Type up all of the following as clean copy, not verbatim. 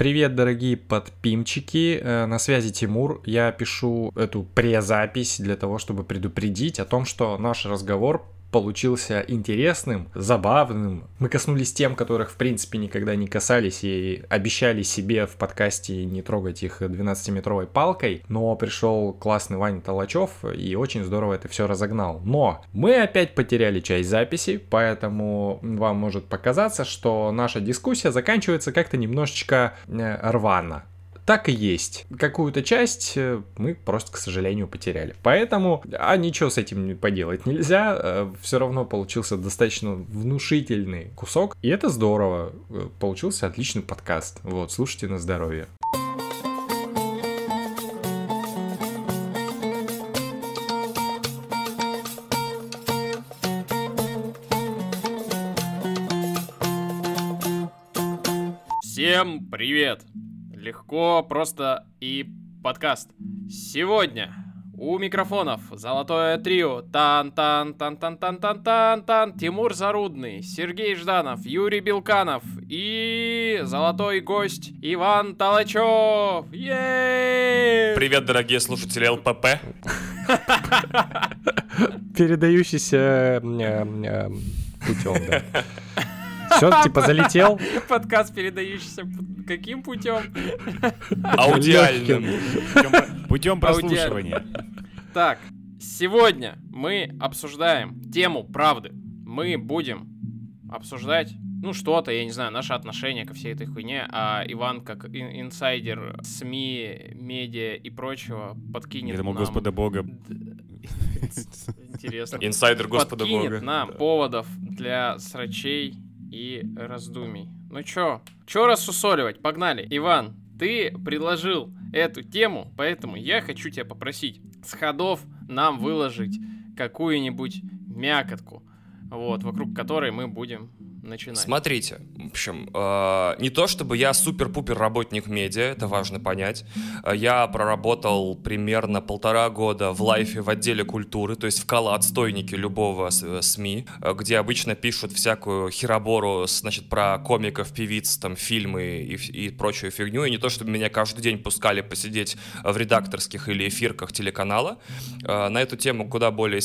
Привет, дорогие подпимчики, на связи Тимур. Я пишу эту презапись для того, чтобы предупредить о том, что наш разговор получился интересным, забавным. Мы коснулись тем, которых в принципе никогда не касались, и обещали себе в подкасте не трогать их 12-метровой палкой, но пришел классный Ваня Толачев и очень здорово это все разогнал. Но мы опять потеряли часть записи, поэтому вам может показаться, что наша дискуссия заканчивается как-то немножечко рвано. Так и есть. Какую-то часть мы просто, к сожалению, потеряли. Поэтому, ничего с этим поделать нельзя. Все равно получился достаточно внушительный кусок. И это здорово. Получился отличный подкаст. Вот, слушайте на здоровье. Всем привет! Легко, просто и подкаст. Сегодня у микрофонов золотое трио Тан-тан-тан-тан-тан-тан-тан, Тимур Зарудный, Сергей Жданов, Юрий Белканов и золотой гость Иван Толачев. Е-е-е! Привет, дорогие слушатели ЛПП. Передающийся путем, да. Все, типа залетел. Подкаст, передающийся каким путем? Аудиальным. Путем прослушивания. Так, сегодня мы обсуждаем тему правды. Мы будем обсуждать, что-то, я не знаю, наше отношение ко всей этой хуйне, а Иван, как инсайдер СМИ, медиа и прочего, подкинет Я думал, нам... Господа Бога. Интересно. Инсайдер Господа Бога. Подкинет нам поводов для срачей и раздумий. Чё рассусоливать? Погнали. Иван, ты предложил эту тему, поэтому я хочу тебя попросить с ходов нам выложить какую-нибудь мякотку, вокруг которой мы будем начинать. Смотрите, в общем, не то чтобы я супер-пупер работник медиа, это важно понять. Я проработал примерно 1,5 года в лайфе в отделе культуры, то есть вкала отстойники любого СМИ, где обычно пишут всякую херобору, про комиков, певиц, фильмы и прочую фигню. И не то чтобы меня каждый день пускали посидеть в редакторских или эфирках телеканала. На эту тему куда более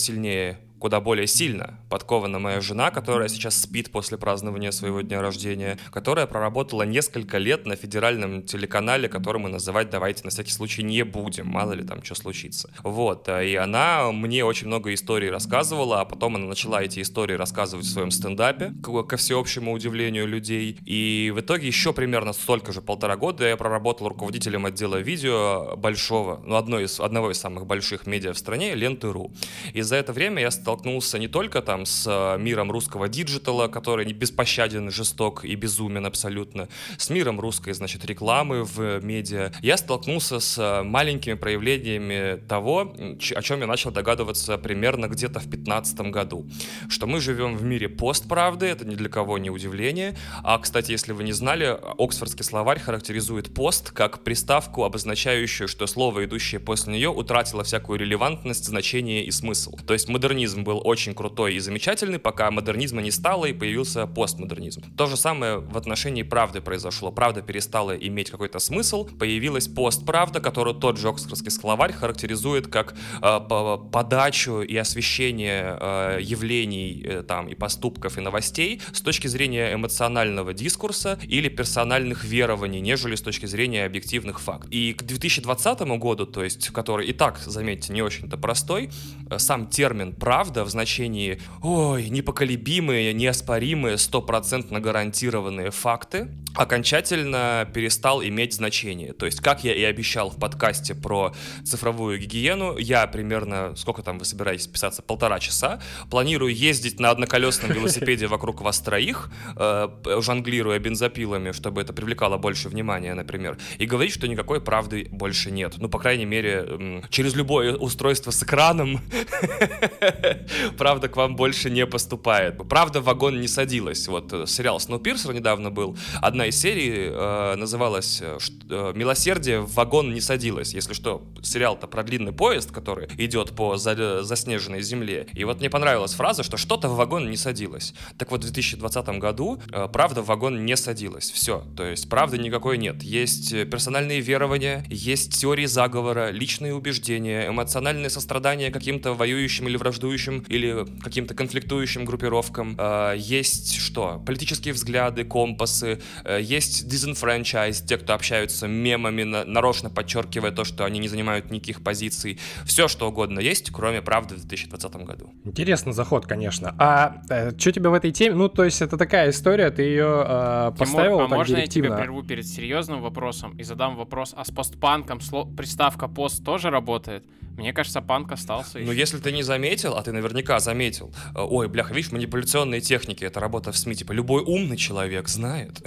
сильно подкована моя жена, которая сейчас спит после празднования своего дня рождения, которая проработала несколько лет на федеральном телеканале, который мы называть давайте на всякий случай не будем, мало ли там что случится. И она мне очень много историй рассказывала, а потом она начала эти истории рассказывать в своем стендапе, ко всеобщему удивлению людей. И в итоге еще примерно столько же, 1,5 года я проработал руководителем отдела видео большого, одного из самых больших медиа в стране, Ленты.ру. И за это время я столкнулся не только с миром русского диджитала, который беспощаден, жесток и безумен абсолютно, с миром русской, рекламы в медиа. Я столкнулся с маленькими проявлениями того, о чем я начал догадываться примерно где-то в 2015 году. Что мы живем в мире постправды, это ни для кого не удивление. А, кстати, если вы не знали, Оксфордский словарь характеризует пост как приставку, обозначающую, что слово, идущее после нее, утратило всякую релевантность, значение и смысл. То есть модернизм был очень крутой и замечательный, пока модернизма не стало и появился постмодернизм. То же самое в отношении правды произошло. Правда перестала иметь какой-то смысл, появилась постправда, которую тот же Оксфордский словарь характеризует как подачу и освещение явлений и поступков и новостей с точки зрения эмоционального дискурса или персональных верований, нежели с точки зрения объективных фактов. И к 2020 году, то есть который и так, заметьте, не очень-то простой, сам термин «правда» в значении непоколебимые, неоспоримые, 100% гарантированные факты окончательно перестал иметь значение. То есть, как я и обещал в подкасте про цифровую гигиену, я примерно, сколько там вы собираетесь писаться, 1,5 часа, планирую ездить на одноколесном велосипеде вокруг вас троих, жонглируя бензопилами, чтобы это привлекало больше внимания, например, и говорить, что никакой правды больше нет. По крайней мере, через любое устройство с экраном правда к вам больше не поступает. Правда в вагон не садилась. Вот сериал «Сноупирсер» недавно был. Одна из серий называлась «Милосердие в вагон не садилось». Если что, сериал-то про длинный поезд, который идет по заснеженной земле. И вот мне понравилась фраза, что что-то в вагон не садилось. Так вот, в 2020 году правда в вагон не садилась. Все. То есть правды никакой нет. Есть персональные верования, есть теории заговора, личные убеждения, эмоциональное сострадание каким-то воюющим или враждующим, или каким-то конфликтующим группировкам. Есть что? Политические взгляды, компасы. Есть disenfranchised, те, кто общаются мемами, нарочно подчеркивая то, что они не занимают никаких позиций. Все, что угодно есть, кроме правды в 2020 году. Интересный заход, конечно. А что тебе в этой теме? Ну, то есть это такая история, ты ее поставил Тимур, так можно директивно? я тебя прерву перед серьезным вопросом и задам вопрос, а с постпанком приставка пост тоже работает? Мне кажется, панк остался еще. Ну, если ты не заметил, а ты наверняка заметил, ой, бляха, видишь, манипуляционные техники, это работа в СМИ, типа, любой умный человек знает.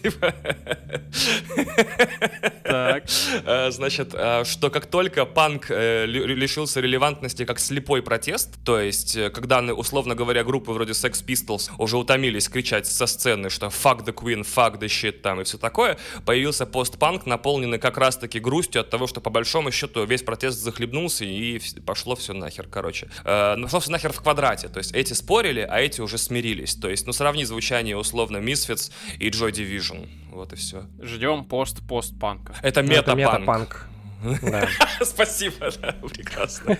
Так. Значит, что как только панк лишился релевантности как слепой протест, то есть, когда, условно говоря, группы вроде Sex Pistols уже утомились кричать со сцены, что fuck the queen, fuck the shit там и все такое, появился постпанк, наполненный как раз-таки грустью от того, что по большому счету весь протест захлебнулся и пошло все нахер, короче. Пошло все нахер в квадрате, то есть эти спорили, а эти уже смирились. То есть, сравни звучание условно Misfits и Joy Division. Вот и все. Ждем постпанка. Это метапанк. Да. Спасибо, да, прекрасно.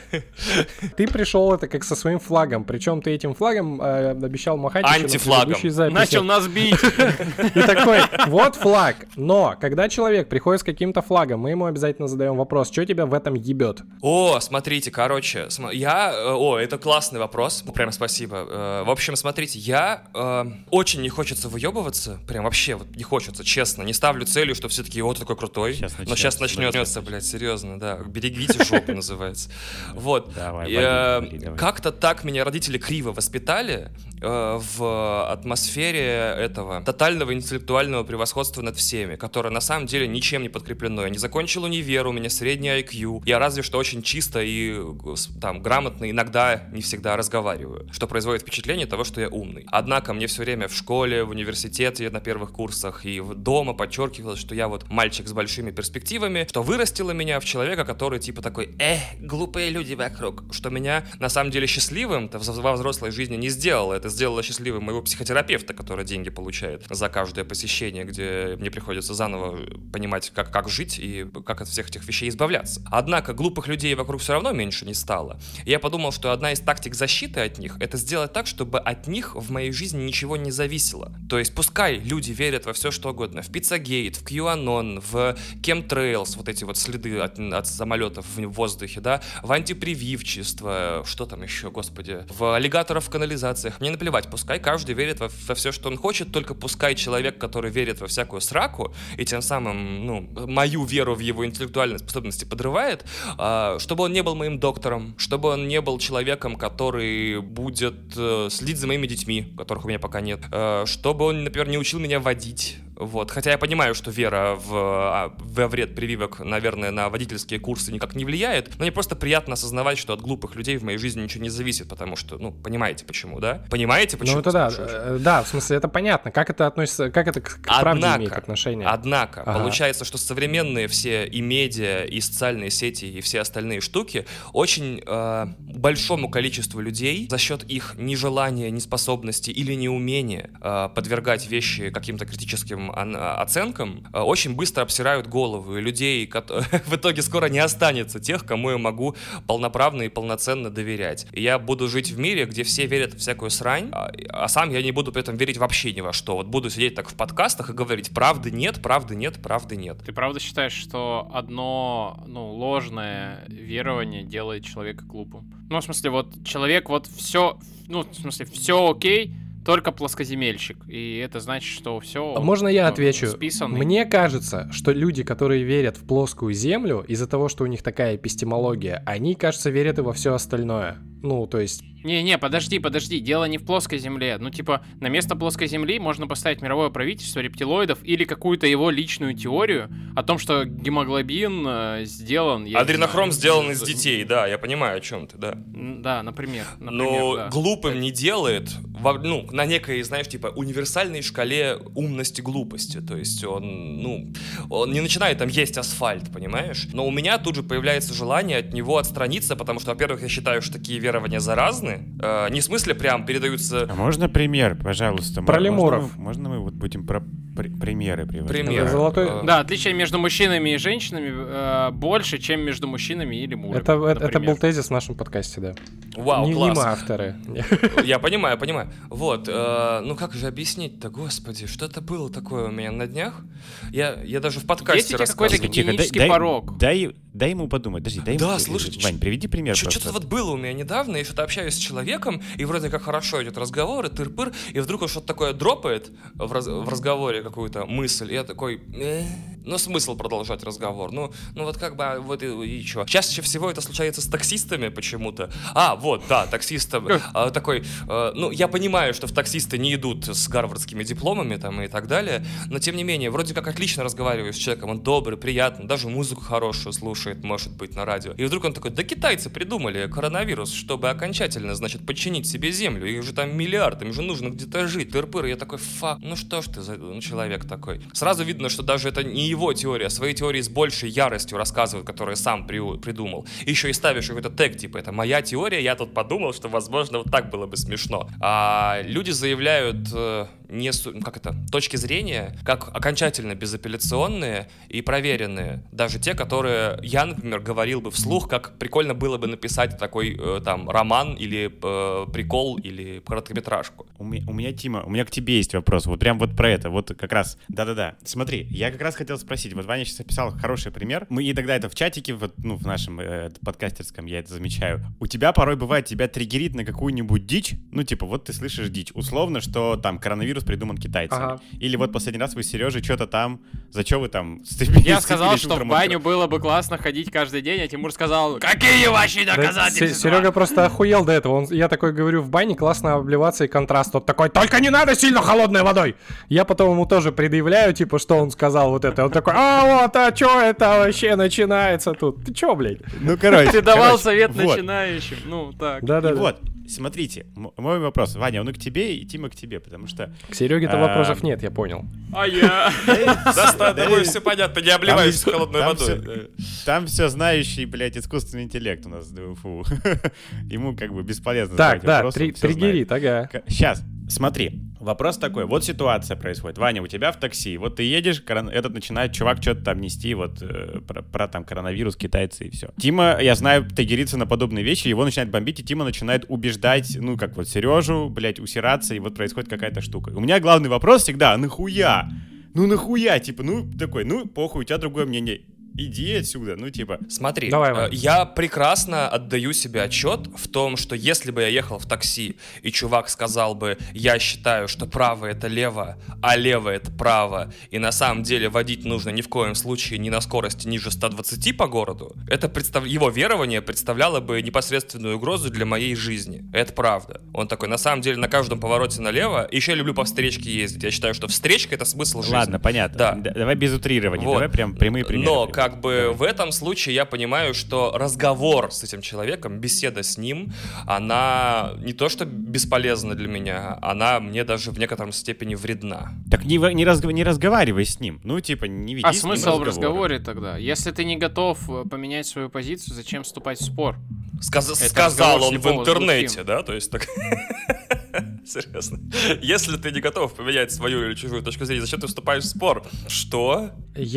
Ты пришел это как со своим флагом, причем ты этим флагом обещал махать антифлагом. еще на предыдущей записи. Начал нас бить. И такой, вот флаг. Но когда человек приходит с каким-то флагом, мы ему обязательно задаем вопрос, что тебя в этом ебет? О, смотрите, короче, это классный вопрос, прям спасибо. В общем, смотрите, очень не хочется выебываться, прям вообще вот не хочется, честно, не ставлю целью, что все таки вот такой крутой, но сейчас начнется, блядь, серьезно, да, берегите жопу называется. Вот, как-то так меня родители криво воспитали в атмосфере этого тотального интеллектуального превосходства над всеми, которое на самом деле ничем не подкреплено. Я не закончил универ, у меня средний IQ, я разве что очень чисто и там грамотно иногда, не всегда разговариваю, что производит впечатление того, что я умный. Однако мне все время в школе, в университете, на первых курсах и дома подчеркивалось, что я вот мальчик с большими перспективами, что вырастило меня в человека, который типа такой, глупые люди вокруг, что меня на самом деле счастливым-то во взрослой жизни не сделало. Это сделало счастливым моего психотерапевта, который деньги получает за каждое посещение, где мне приходится заново понимать, как жить и как от всех этих вещей избавляться. Однако глупых людей вокруг все равно меньше не стало. И я подумал, что одна из тактик защиты от них — это сделать так, чтобы от них в моей жизни ничего не зависело. То есть пускай люди верят во все что угодно, в Pizzagate, в QAnon, в Chemtrails, вот эти вот следы от самолетов в воздухе, да, в антипрививчество, что там еще, господи, в аллигаторов в канализациях. Мне наплевать, пускай каждый верит во все, что он хочет, только пускай человек, который верит во всякую сраку и тем самым, мою веру в его интеллектуальные способности подрывает, чтобы он не был моим доктором, чтобы он не был человеком, который будет следить за моими детьми, которых у меня пока нет, чтобы он, например, не учил меня водить. Вот. Хотя я понимаю, что вера во вред прививок, наверное, на водительские курсы никак не влияет, но мне просто приятно осознавать, что от глупых людей в моей жизни ничего не зависит, потому что, понимаете почему, да? Понимаете почему? Ну это да, в смысле, это понятно. Как это относится, как это к правде имеет отношение? Однако, получается, что современные все и медиа, и социальные сети, и все остальные штуки очень большому количеству людей за счет их нежелания, неспособности или неумения подвергать вещи каким-то критическим оценкам очень быстро обсирают головы. И людей в итоге скоро не останется тех, кому я могу полноправно и полноценно доверять. И я буду жить в мире, где все верят в всякую срань, а сам я не буду при этом верить вообще ни во что. Вот буду сидеть так в подкастах и говорить: правды нет, правды нет, правды нет. Ты правда считаешь, что одно, ложное верование делает человека глупым? В смысле, вот человек все, все окей, только плоскоземельщик. И это значит, что все. Можно я отвечу? Списанный. Мне кажется, что люди, которые верят в плоскую землю, из-за того, что у них такая эпистемология, они, кажется, верят и во все остальное. Ну, то есть... Не-не, подожди, дело не в плоской земле. Ну, типа, на место плоской земли можно поставить мировое правительство рептилоидов или какую-то его личную теорию о том, что гемоглобин сделан... Адренохром сделан из детей, да, я понимаю, о чем ты, да. Да, например. Но да. глупым не делает, на некой, знаешь, типа, универсальной шкале умности глупости. То есть он не начинает там есть асфальт, понимаешь? Но у меня тут же появляется желание от него отстраниться, потому что, во-первых, я считаю, что такие верования заразны. Не в смысле прям передаются... А можно пример, пожалуйста? Про лемуров. Можно мы вот будем про примеры приводить? Пример. Да, отличие между мужчинами и женщинами больше, чем между мужчинами и лемурами. Это был тезис в нашем подкасте, да. Вау, не класс. мы авторы. Я понимаю. Вот, как же объяснить-то, господи, что это было такое у меня на днях? Я даже в подкасте рассказывал. Есть у тебя какой-то гигиенический порог? Дай ему подумать, подожди, дай ему... Слушай, Вань, приведи пример просто. Что-то вот было у меня недавно, я что-то общаюсь с человеком, и вроде как хорошо идет разговор, и тыр-пыр, и вдруг он что-то такое дропает в разговоре, какую-то мысль, и я такой... смысл продолжать разговор. Вот как бы, вот и чё. Чаще всего это случается с таксистами почему-то. Таксистом. Такой, я понимаю, что в таксисты не идут с гарвардскими дипломами там и так далее, но тем не менее, вроде как отлично разговариваю с человеком, он добрый, приятный, даже музыку хорошую слушает, может быть, на радио. И вдруг он такой, да китайцы придумали коронавирус, чтобы окончательно, значит, подчинить себе землю, их же там миллиард, им же нужно где-то жить, тыр-пыр. И я такой, что ж ты за человек такой. Сразу видно, что даже это не его теория, а свои теории с большей яростью рассказывает, которую сам придумал. И еще и ставишь какой-то тег, типа, это моя теория, я тут подумал, что, возможно, вот так было бы смешно. А люди заявляют точки зрения, как окончательно безапелляционные и проверенные. Даже те, которые я, например, говорил бы вслух, как прикольно было бы написать такой роман или прикол или короткометражку. У меня, Тима, у меня к тебе есть вопрос. Вот прям вот про это. Вот как раз. Да-да-да. Смотри, я как раз хотел спросить. Вот Ваня сейчас описал хороший пример. Мы иногда это в чатике, в нашем подкастерском, я это замечаю. У тебя порой бывает, тебя триггерит на какую-нибудь дичь. Вот ты слышишь дичь. Условно, что там коронавирус придуман китайцами. Ага. Или вот последний раз вы с Сережей что-то там... За что вы там... Я сказал, что в баню было бы классно ходить каждый день, а Тимур сказал, какие вообще доказательства? Серега просто охуел до этого. Я такой говорю, в бане классно обливаться и контраст. Тот такой, только не надо сильно холодной водой. Я потом ему тоже предъявляю, типа, что он сказал вот это. Он такой, что это вообще начинается тут? Ты чё, блядь? Ты давал совет начинающим. Так. Да-да-да. Вот, смотрите, мой вопрос, Ваня, он и к тебе, и Тима к тебе, потому что... К Сереге-то вопросов нет, я понял. А я... Да, все понятно, не обливаешься холодной водой. Там все знающий, блядь, искусственный интеллект у нас, фу. Ему как бы бесполезно задавать вопросы. Так, триггерит, ага. Сейчас, смотри, вопрос такой, вот ситуация происходит. Ваня, у тебя в такси, вот ты едешь, этот начинает чувак что-то там нести, вот про там коронавирус, китайцы и все. Тима, я знаю, триггерится на подобные вещи, его начинает бомбить, и Тима начинает убеждать, как вот Сережу, блядь, усираться, и вот происходит какая-то штука. У меня главный вопрос всегда, нахуя? Нахуя, типа, такой, похуй, у тебя другое мнение. Иди отсюда, Смотри, давай, я прекрасно отдаю себе отчет в том, что если бы я ехал в такси, и чувак сказал бы, я считаю, что право это лево, а лево это право, и на самом деле водить нужно ни в коем случае не на скорости ниже 120 по городу, его верование представляло бы непосредственную угрозу для моей жизни. Это правда. Он такой, на самом деле, на каждом повороте налево, еще я люблю по встречке ездить. Я считаю, что встречка — это смысл жизни. Ладно, понятно. Да. Давай без утрирования, давай прям прямые примеры. Но в этом случае я понимаю, что разговор с этим человеком, беседа с ним, она не то что бесполезна для меня, она мне даже в некотором степени вредна. Так не разговаривай с ним, не веди с ним смысл в разговоре тогда? Если ты не готов поменять свою позицию, зачем вступать в спор? Сказал он в интернете, да? То есть так... Серьезно. Если ты не готов поменять свою или чужую точку зрения, зачем ты вступаешь в спор? Что?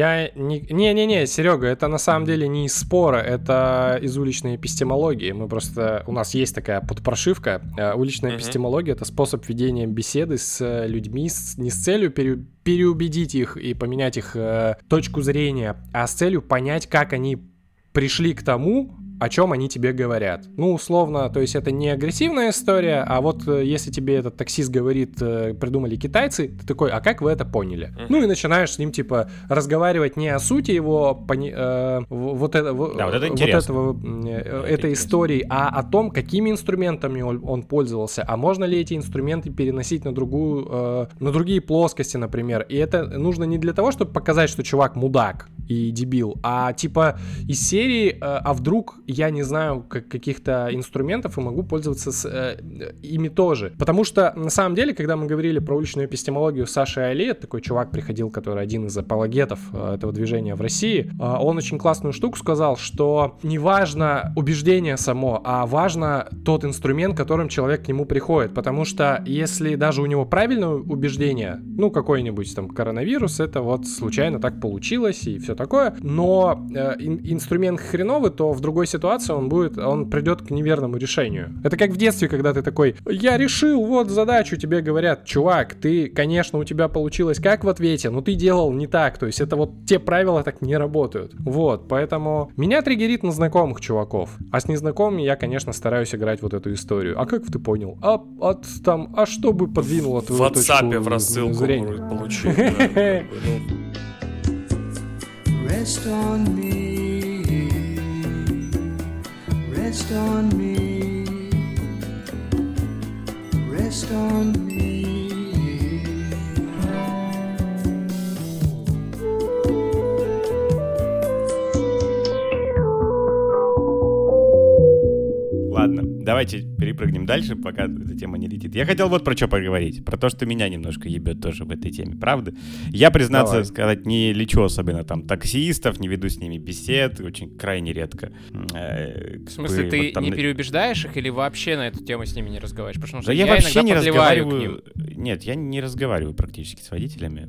Не, Серега, это на самом деле не из спора, это из уличной эпистемологии. У нас есть такая подпрошивка. Уличная эпистемология — это способ ведения беседы с людьми не с целью переубедить их и поменять их точку зрения, а с целью понять, как они пришли к тому, о чем они тебе говорят. Ну, условно, то есть это не агрессивная история, а вот если тебе этот таксист говорит, придумали китайцы, ты такой, а как вы это поняли? Ну и начинаешь с ним, типа, разговаривать не о сути его, этой истории, а о том, какими инструментами он пользовался, а можно ли эти инструменты переносить на другие плоскости, например. И это нужно не для того, чтобы показать, что чувак мудак и дебил, а типа из серии, а вдруг я не знаю каких-то инструментов и могу пользоваться ими тоже. Потому что на самом деле, когда мы говорили про уличную эпистемологию с Сашей Али, такой чувак приходил, который один из апологетов этого движения в России, он очень классную штуку сказал, что не важно убеждение само, а важно тот инструмент, которым человек к нему приходит. Потому что если даже у него правильное убеждение, ну какой-нибудь там коронавирус, это вот случайно так получилось и все такое, но инструмент хреновый, то в другой ситуации он придет к неверному решению. Это как в детстве, когда ты такой, я решил вот задачу, тебе говорят, чувак, ты, конечно, у тебя получилось как в ответе, но ты делал не так, то есть это вот те правила так не работают. Вот, поэтому меня триггерит на знакомых чуваков, а с незнакомыми я, конечно, стараюсь играть вот эту историю. А как ты понял? А что бы подвинуло твою точку зрения? В WhatsApp в рассылку получил. Rest on me, rest on me, rest on me. Ладно, давайте перепрыгнем дальше, пока эта тема не летит. Я хотел вот про что поговорить. Про то, что меня немножко ебет тоже в этой теме, правда? Я, признаться, сказать, не лечу особенно там таксистов, не веду с ними бесед, очень крайне редко. В смысле, ты вот там не переубеждаешь их или вообще на эту тему с ними не разговариваешь? Потому что да я вообще не разговариваю. К ним. Нет, я не разговариваю практически с водителями.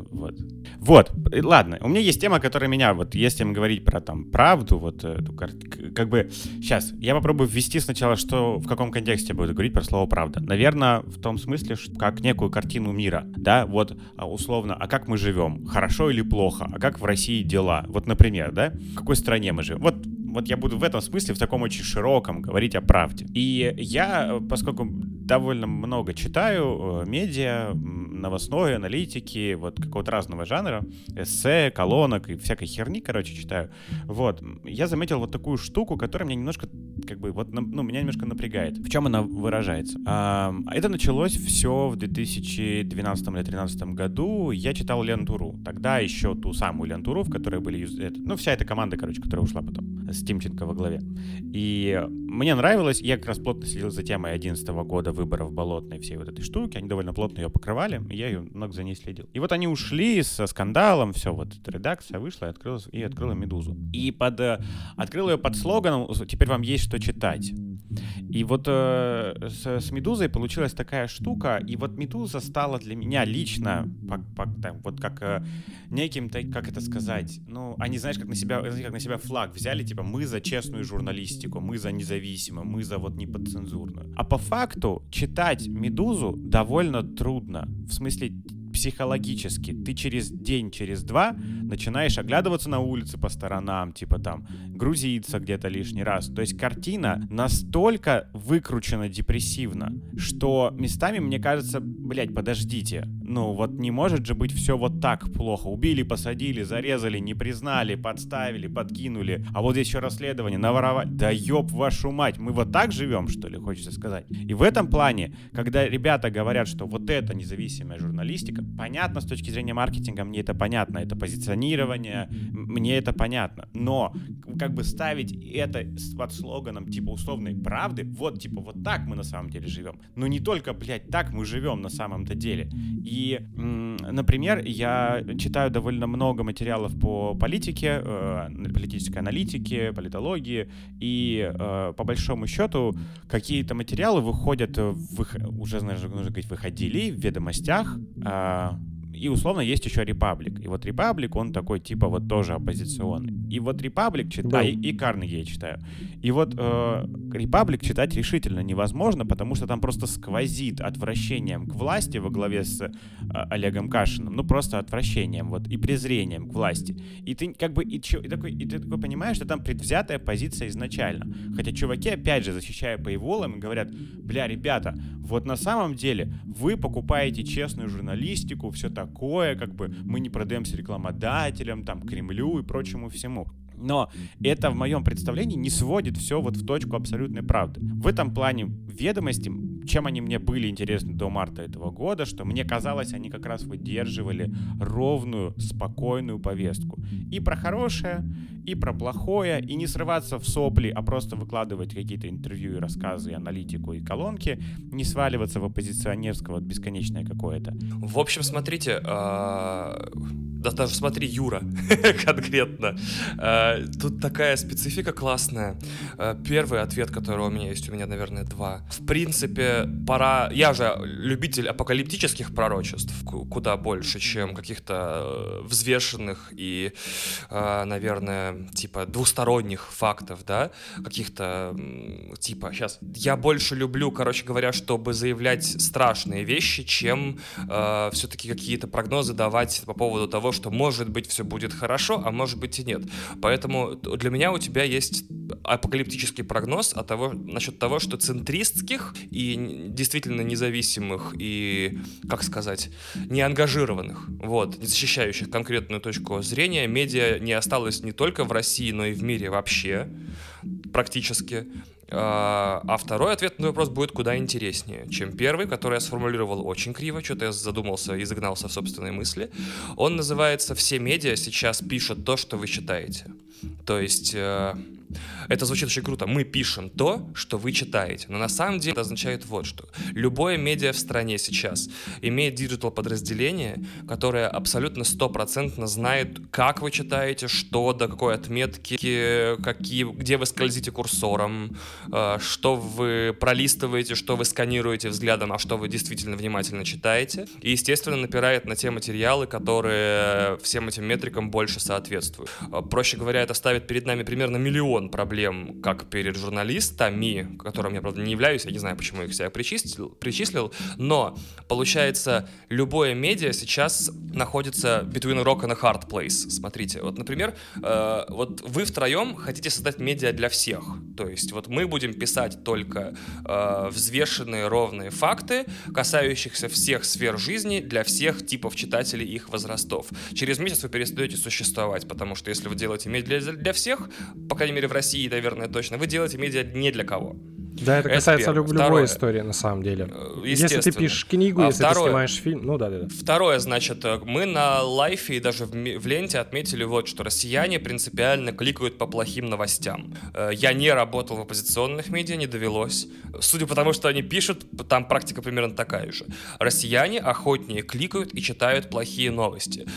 Вот, ладно, у меня есть тема, которая меня, вот если мы говорить про там правду, вот как бы, сейчас, я попробую ввести сначала, что, в каком контексте я буду говорить про слово правда. Наверное, в том смысле, что как некую картину мира, да, вот, условно, а как мы живем, хорошо или плохо, а как в России дела, вот, например, да, в какой стране мы живем, вот я буду в этом смысле, в таком очень широком, говорить о правде. И я, поскольку довольно много читаю медиа, новостной аналитики, вот какого-то разного жанра, эссе, колонок и всякой херни, короче, читаю, вот, я заметил вот такую штуку, которая меня немножко, как бы, вот, ну, меня немножко напрягает. В чем она выражается? Это началось все в 2012 или 2013 году, я читал Ленту.ру, тогда еще ту самую Ленту.ру, в которой были, вся эта команда, короче, которая ушла потом, с Тимченко во главе. И мне нравилось, я как раз плотно следил за темой 2011 года выборов Болотной, всей вот этой штуки, они довольно плотно ее покрывали, и я ее много за ней следил. И вот они ушли со скандалом, все, вот редакция вышла и открыла «Медузу». И открыла ее под слоганом «Теперь вам есть что читать». И вот с «Медузой» получилась такая штука, и вот «Медуза» стала для меня лично вот как неким, как это сказать, ну, они, знаешь, как на себя флаг взяли, типа, мы за честную журналистику, мы за независимую, мы за вот неподцензурную. А по факту читать «Медузу» довольно трудно, в смысле психологически. Ты через день, через два начинаешь оглядываться на улице по сторонам, типа там грузиться где-то лишний раз. То есть картина настолько выкручена депрессивно, что местами мне кажется, подождите, ну вот не может же быть все вот так плохо. Убили, посадили, зарезали, не признали, подставили, подкинули, а вот здесь еще расследование, наворовали. Да ёб вашу мать, мы вот так живем, что ли, хочется сказать. И в этом плане, когда ребята говорят, что вот это независимая журналистика, понятно, с точки зрения маркетинга, мне это понятно, это позиционирование, мне это понятно, но как бы ставить это под слоганом типа условной правды, вот типа вот так мы на самом деле живем, но не только, так мы живем на самом-то деле. И, например, я читаю довольно много материалов по политике, политической аналитике, политологии, и по большому счету какие-то материалы выходят, уже, нужно говорить, выходили в «Ведомостях», и условно есть еще Репаблик. И вот Репаблик, он такой типа вот тоже оппозиционный. И вот Репаблик читаю, и Карнеги я читаю. И вот Репаблик читать решительно невозможно, потому что там просто сквозит отвращением к власти во главе с Олегом Кашиным. Ну просто отвращением вот и презрением к власти. И ты как бы и ты такой понимаешь, что там предвзятая позиция изначально. Хотя чуваки, опять же, защищая paywall, говорят: бля, ребята, вот на самом деле вы покупаете честную журналистику, все такое, как бы мы не продаемся рекламодателям, там, Кремлю и прочему всему. Но это в моем представлении не сводит все вот в точку абсолютной правды. В этом плане «Ведомости», чем они мне были интересны до марта этого года, что мне казалось, они как раз выдерживали ровную, спокойную повестку. И про хорошее, и про плохое, и не срываться в сопли, а просто выкладывать какие-то интервью и рассказы, и аналитику, и колонки, не сваливаться в оппозиционерское вот бесконечное какое-то. В общем, смотрите, да даже смотри, Юра, конкретно. Тут такая специфика классная. Первый ответ, который у меня, наверное, два. В принципе, пора... Я же любитель апокалиптических пророчеств куда больше, чем каких-то взвешенных и, наверное, типа двусторонних фактов, да? Каких-то, типа, сейчас... Я больше люблю, короче говоря, чтобы заявлять страшные вещи, чем все-таки какие-то прогнозы давать по поводу того, что может быть все будет хорошо, а может быть и нет. Поэтому для меня у тебя есть апокалиптический прогноз насчет того, что центристских и действительно независимых и, как сказать, неангажированных, вот, не защищающих конкретную точку зрения, медиа не осталось не только в России, но и в мире вообще, практически. А второй ответ на вопрос будет куда интереснее, чем первый, который я сформулировал очень криво, что-то я задумался и загнался в собственные мысли. Он называется «Все медиа сейчас пишут то, что вы читаете». То есть... Это звучит очень круто. Мы пишем то, что вы читаете. Но на самом деле это означает вот что. Любое медиа в стране сейчас имеет диджитал-подразделение, которое абсолютно 100% знает, как вы читаете, что, до какой отметки, где вы скользите курсором, что вы пролистываете, что вы сканируете взглядом, а что вы действительно внимательно читаете. И, естественно, напирает на те материалы, которые всем этим метрикам больше соответствуют. Проще говоря, это ставит перед нами примерно миллион проблем, как перед журналистами, которым я, правда, не являюсь, я не знаю, почему я их себя причислил, но, получается, любое медиа сейчас находится between rock and a hard place. Смотрите, вот, например, вот вы втроем хотите создать медиа для всех, то есть вот мы будем писать только взвешенные, ровные факты, касающихся всех сфер жизни для всех типов читателей и их возрастов. Через месяц вы перестаете существовать, потому что если вы делаете медиа для всех, по крайней мере в России, наверное, точно, вы делаете медиа не для кого. Да, это касается любой истории, на самом деле. Если ты пишешь книгу, если ты снимаешь фильм, ну да. Второе, значит, мы на лайфе и даже в ленте отметили вот, что россияне принципиально кликают по плохим новостям. Я не работал в оппозиционных медиа, не довелось. Судя по тому, что они пишут, там практика примерно такая же. Россияне охотнее кликают и читают плохие новости.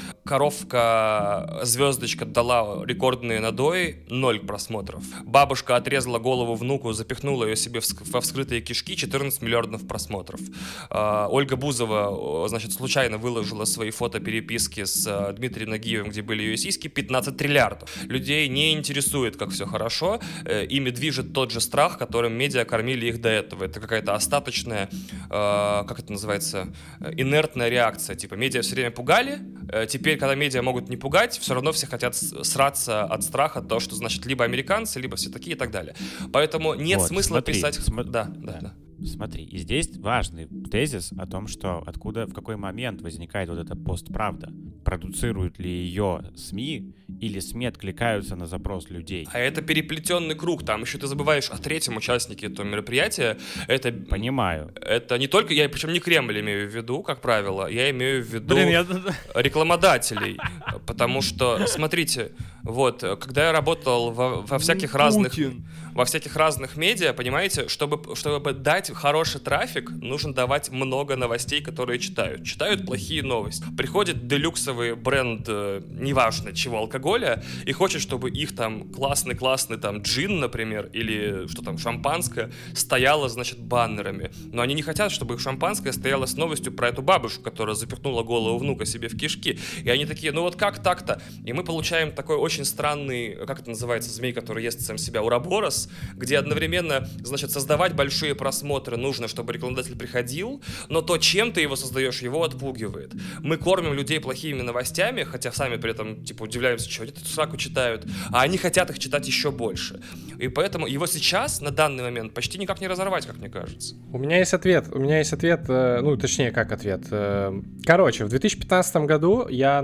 Коровка звездочка дала рекордные надои, 0 просмотров. Бабушка отрезала голову внуку, запихнула ее себе во вскрытые кишки, 14 миллиардов просмотров. Ольга Бузова, значит, случайно выложила свои фото-переписки с Дмитрием Нагиевым, где были ее сиськи, 15 триллиардов. Людей не интересует, как все хорошо, ими движет тот же страх, которым медиа кормили их до этого. Это какая-то остаточная, как это называется, инертная реакция. Типа, медиа все время пугали, теперь, когда медиа могут не пугать, все равно все хотят сраться от страха, то, что, значит, либо американцы, либо все такие и так далее. Поэтому нет смысла писать... Да. Смотри, и здесь важный тезис о том, что в какой момент возникает вот эта постправда. Продуцируют ли ее СМИ или СМИ откликаются на запрос людей? А это переплетенный круг. Там еще ты забываешь о третьем участнике этого мероприятия. Это... Понимаю. Это не только... Я причем не Кремль имею в виду, как правило. Я имею в виду рекламодателей. Потому что, смотрите, вот, когда я работал во всяких разных медиа, понимаете, чтобы дать давать хороший трафик, нужно давать много новостей, которые читают. Читают плохие новости. Приходит делюксовый бренд, неважно чего, алкоголя, и хочет, чтобы их там классный там джин, например, или что там, шампанское, стояло, значит, баннерами. Но они не хотят, чтобы их шампанское стояло с новостью про эту бабушку, которая запихнула голову внука себе в кишки. И они такие, ну вот как так-то? И мы получаем такой очень странный, как это называется, змей, который ест сам себя, уроборос, где одновременно, значит, создавать большие просмотры нужно, чтобы рекламодатель приходил, но то, чем ты его создаешь, его отпугивает. Мы кормим людей плохими новостями, хотя сами при этом, типа, удивляемся, что они эту сраку читают, а они хотят их читать еще больше. И поэтому его сейчас, на данный момент, почти никак не разорвать, как мне кажется. У меня есть ответ, ну, точнее, как ответ. Короче, в 2015 году я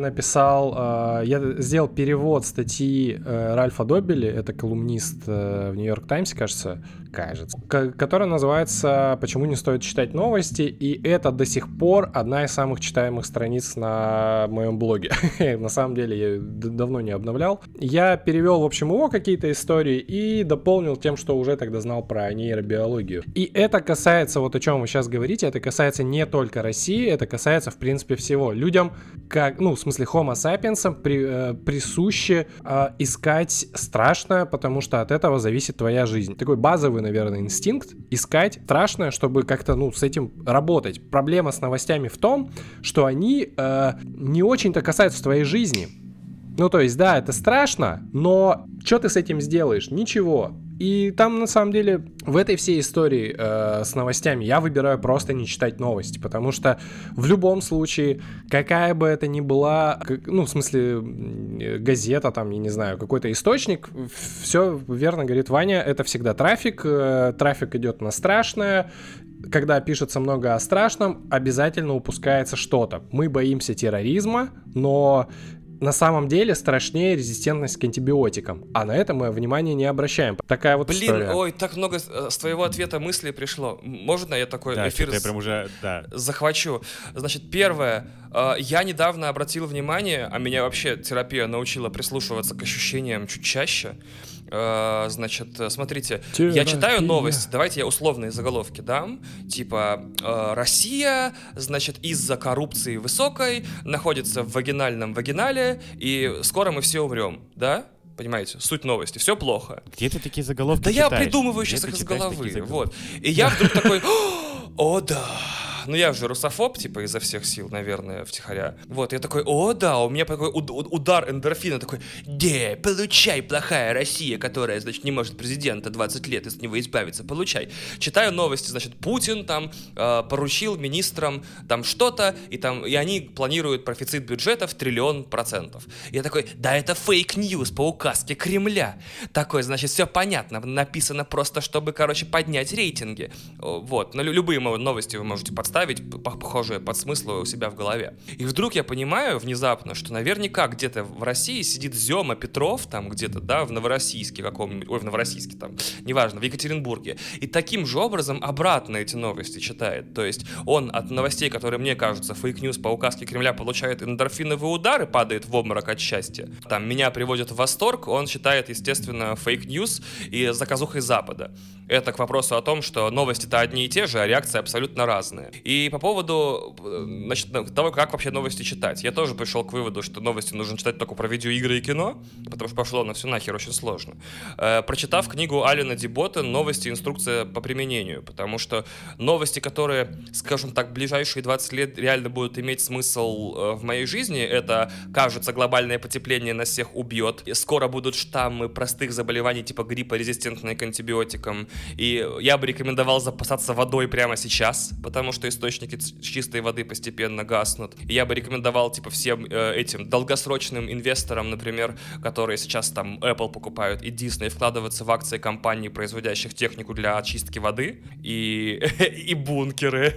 сделал перевод статьи Ральфа Доббели, это колумнист в Нью-Йорк Таймс, кажется, которая называется «Почему не стоит читать новости», и это до сих пор одна из самых читаемых страниц на моем блоге. На самом деле, я давно не обновлял. Я перевел, в общем, его какие-то истории и дополнил тем, что уже тогда знал про нейробиологию. И это касается, вот о чем вы сейчас говорите, это касается не только России, это касается, в принципе, всего. Людям, в смысле, Homo sapiens, присуще искать страшное, потому что от этого зависит твоя жизнь. Такой базовый, наверное, инстинкт искать страшное, чтобы как-то, с этим работать. Проблема с новостями в том, что они не очень-то касаются твоей жизни. Ну, то есть, да, это страшно, но что ты с этим сделаешь? Ничего. И там, на самом деле, в этой всей истории с новостями я выбираю просто не читать новости, потому что в любом случае, какая бы это ни была, в смысле, газета, там, я не знаю, какой-то источник, все верно говорит Ваня, это всегда трафик идет на страшное. Когда пишется много о страшном, обязательно упускается что-то. Мы боимся терроризма, но на самом деле страшнее резистентность к антибиотикам, а на это мы внимания не обращаем. Такая вот история. Ой, так много с твоего ответа мыслей пришло. Можно я такой эфир захвачу? Значит, первое, я недавно обратил внимание, а меня вообще терапия научила прислушиваться к ощущениям чуть чаще. Значит, смотрите, я читаю новости, давайте я условные заголовки дам, типа Россия, значит, из-за коррупции высокой находится в вагинальном вагинале, и скоро мы все умрем, да? Понимаете, суть новости, все плохо. Где ты такие заголовки читаешь? Да я придумываю сейчас их из головы, вот. И я вдруг такой, о да. Ну, я же русофоб, типа, изо всех сил, наверное, втихаря. Вот, я такой, о, да, у меня такой удар эндорфина, такой, получай, плохая Россия, которая, значит, не может президента 20 лет от него избавиться, получай. Читаю новости, значит, Путин там поручил министрам там что-то, и они планируют профицит бюджета в 1 000 000 000%. Я такой, да, это фейк-ньюс по указке Кремля. Такой, значит, все понятно, написано просто, чтобы, короче, поднять рейтинги. Вот, любые новости вы можете подставить, похожие под смыслы у себя в голове. И вдруг я понимаю внезапно, что наверняка где-то в России сидит Зёма Петров, там где-то, да, в Новороссийске каком-нибудь, в Новороссийске там, неважно, в Екатеринбурге, и таким же образом обратно эти новости читает. То есть он от новостей, которые мне кажутся фейк-ньюс по указке Кремля, получает эндорфиновые удары, падает в обморок от счастья. Там меня приводят в восторг, он считает, естественно, фейк-ньюс и заказухой Запада. Это к вопросу о том, что новости-то одни и те же, а реакции абсолютно разные. И по поводу, значит, того, как вообще новости читать. Я тоже пришел к выводу, что новости нужно читать только про видеоигры и кино, потому что пошло на все нахер очень сложно. Прочитав книгу Алена Дибота «Новости. Инструкция по применению», потому что новости, которые, скажем так, ближайшие 20 лет реально будут иметь смысл в моей жизни, это, кажется, глобальное потепление нас всех убьет, скоро будут штаммы простых заболеваний типа гриппа, резистентные к антибиотикам, и я бы рекомендовал запасаться водой прямо сейчас, потому что источники чистой воды постепенно гаснут. И я бы рекомендовал, типа, всем этим долгосрочным инвесторам, например, которые сейчас там Apple покупают и Disney, вкладываться в акции компаний, производящих технику для очистки воды и бункеры.